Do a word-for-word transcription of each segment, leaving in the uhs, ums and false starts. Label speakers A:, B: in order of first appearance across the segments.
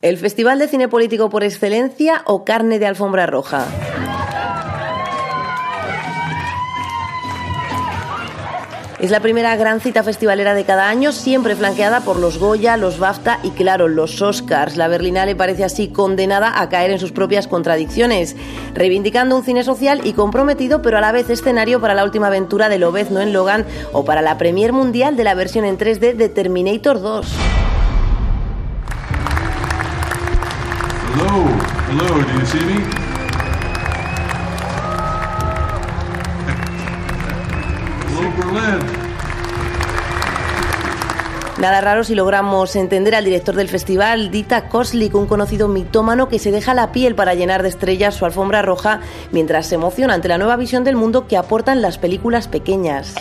A: ¿El festival de cine político por excelencia o carne de alfombra roja? Es la primera gran cita festivalera de cada año, siempre flanqueada por los Goya, los BAFTA y, claro, los Oscars. La Berlinale parece así condenada a caer en sus propias contradicciones, reivindicando un cine social y comprometido, pero a la vez escenario para la última aventura de Lobezno en Logan o para la premier mundial de la versión en tres D de Terminator dos.
B: Hello, hello, do you see me?
A: Nada raro si logramos entender al director del festival, Dita Koslik, un conocido mitómano que se deja la piel para llenar de estrellas su alfombra roja mientras se emociona ante la nueva visión del mundo que aportan las películas pequeñas.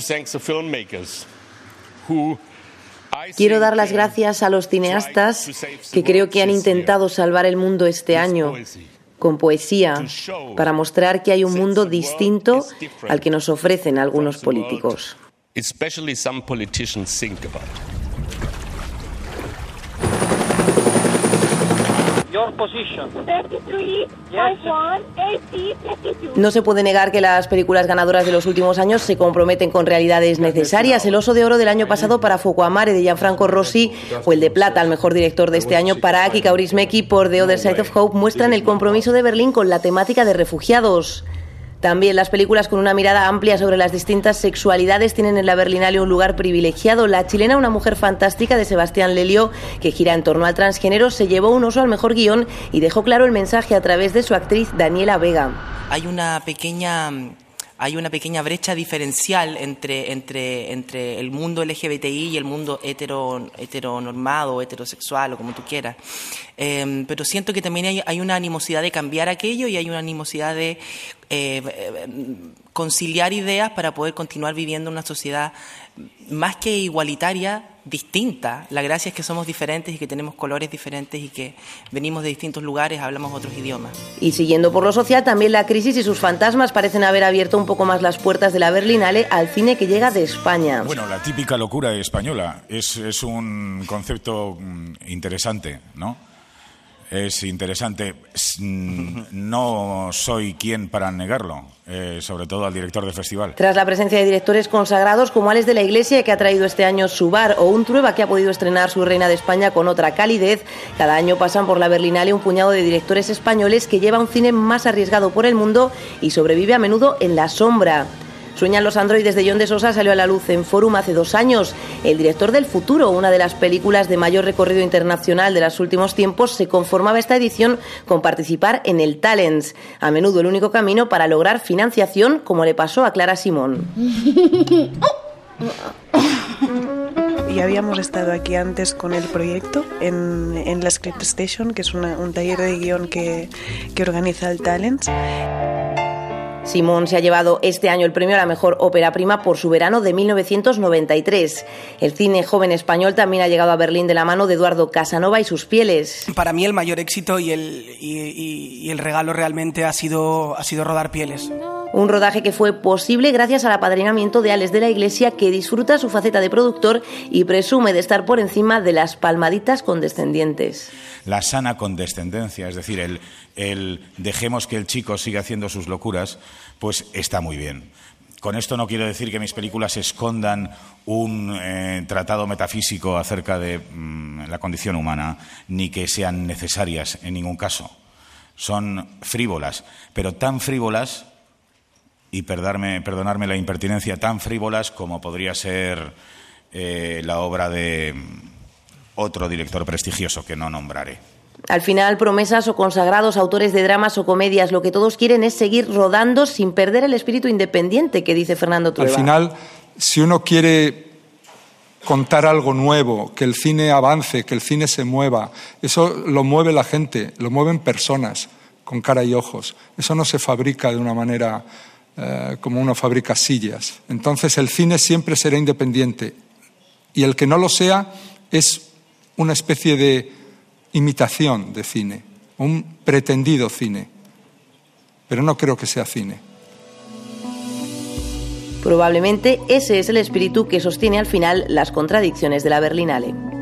A: Quiero dar las gracias a los cineastas que creo que han intentado salvar el mundo este año con poesía, para mostrar que hay un mundo distinto al que nos ofrecen algunos políticos. No se puede negar que las películas ganadoras de los últimos años se comprometen con realidades necesarias. El Oso de Oro del año pasado para Fuoco Amare de Gianfranco Rosi o el de Plata al mejor director de este año para Aki Kaurismäki por The Other Side of Hope muestran el compromiso de Berlín con la temática de refugiados. También las películas con una mirada amplia sobre las distintas sexualidades tienen en la Berlinale un lugar privilegiado. La chilena Una mujer fantástica de Sebastián Lelio, que gira en torno al transgénero, se llevó un oso al mejor guión y dejó claro el mensaje a través de su actriz Daniela Vega.
C: Hay una pequeña... Hay una pequeña brecha diferencial entre, entre, entre el mundo L G B T I y el mundo hetero, heteronormado, heterosexual o como tú quieras. Eh, pero siento que también hay, hay una animosidad de cambiar aquello y hay una animosidad de eh, conciliar ideas para poder continuar viviendo una sociedad más que igualitaria, distinta. La gracia es que somos diferentes y que tenemos colores diferentes y que venimos de distintos lugares, hablamos otros idiomas.
A: Y siguiendo por lo social, también la crisis y sus fantasmas parecen haber abierto un poco más las puertas de la Berlinale al cine que llega de España.
D: Bueno, la típica locura española es, es un concepto interesante, ¿no? Es interesante. No soy quien para negarlo, eh, sobre todo al director del festival.
A: Tras la presencia de directores consagrados como Ales de la Iglesia, que ha traído este año su bar, o un Trueba, que ha podido estrenar su Reina de España con otra calidez, cada año pasan por la Berlinale un puñado de directores españoles que lleva un cine más arriesgado por el mundo y sobrevive a menudo en la sombra. Sueñan los androides de John de Sosa salió a la luz en Forum hace dos años. El director del futuro, una de las películas de mayor recorrido internacional de los últimos tiempos, se conformaba esta edición con participar en el Talents, a menudo el único camino para lograr financiación, como le pasó a Clara Simón.
E: Y habíamos estado aquí antes con el proyecto en, en la Script Station, que es una, un taller de guión que, que organiza el Talents.
A: Simón se ha llevado este año el premio a la mejor ópera prima por Su verano de mil novecientos noventa y tres. El cine joven español también ha llegado a Berlín de la mano de Eduardo Casanova y Sus pieles.
F: Para mí el mayor éxito y el, y, y, y el regalo realmente ha sido, ha sido rodar Pieles.
A: Un rodaje que fue posible gracias al apadrinamiento de Ales de la Iglesia, que disfruta su faceta de productor y presume de estar por encima de las palmaditas condescendientes.
D: La sana condescendencia, es decir, el, el dejemos que el chico siga haciendo sus locuras, pues está muy bien. Con esto no quiero decir que mis películas escondan un eh, tratado metafísico acerca de mmm, la condición humana, ni que sean necesarias en ningún caso. Son frívolas, pero tan frívolas, y perdonarme, perdonarme la impertinencia, tan frívolas como podría ser eh, la obra de otro director prestigioso que no nombraré.
A: Al final, promesas o consagrados, autores de dramas o comedias, lo que todos quieren es seguir rodando sin perder el espíritu independiente que dice Fernando Trueba.
G: Al final, si uno quiere contar algo nuevo, que el cine avance, que el cine se mueva, eso lo mueve la gente, lo mueven personas con cara y ojos. Eso no se fabrica de una manera eh, como uno fabrica sillas. Entonces el cine siempre será independiente y el que no lo sea es una especie de imitación de cine, un pretendido cine, pero no creo que sea cine.
A: Probablemente ese es el espíritu que sostiene al final las contradicciones de la Berlinale.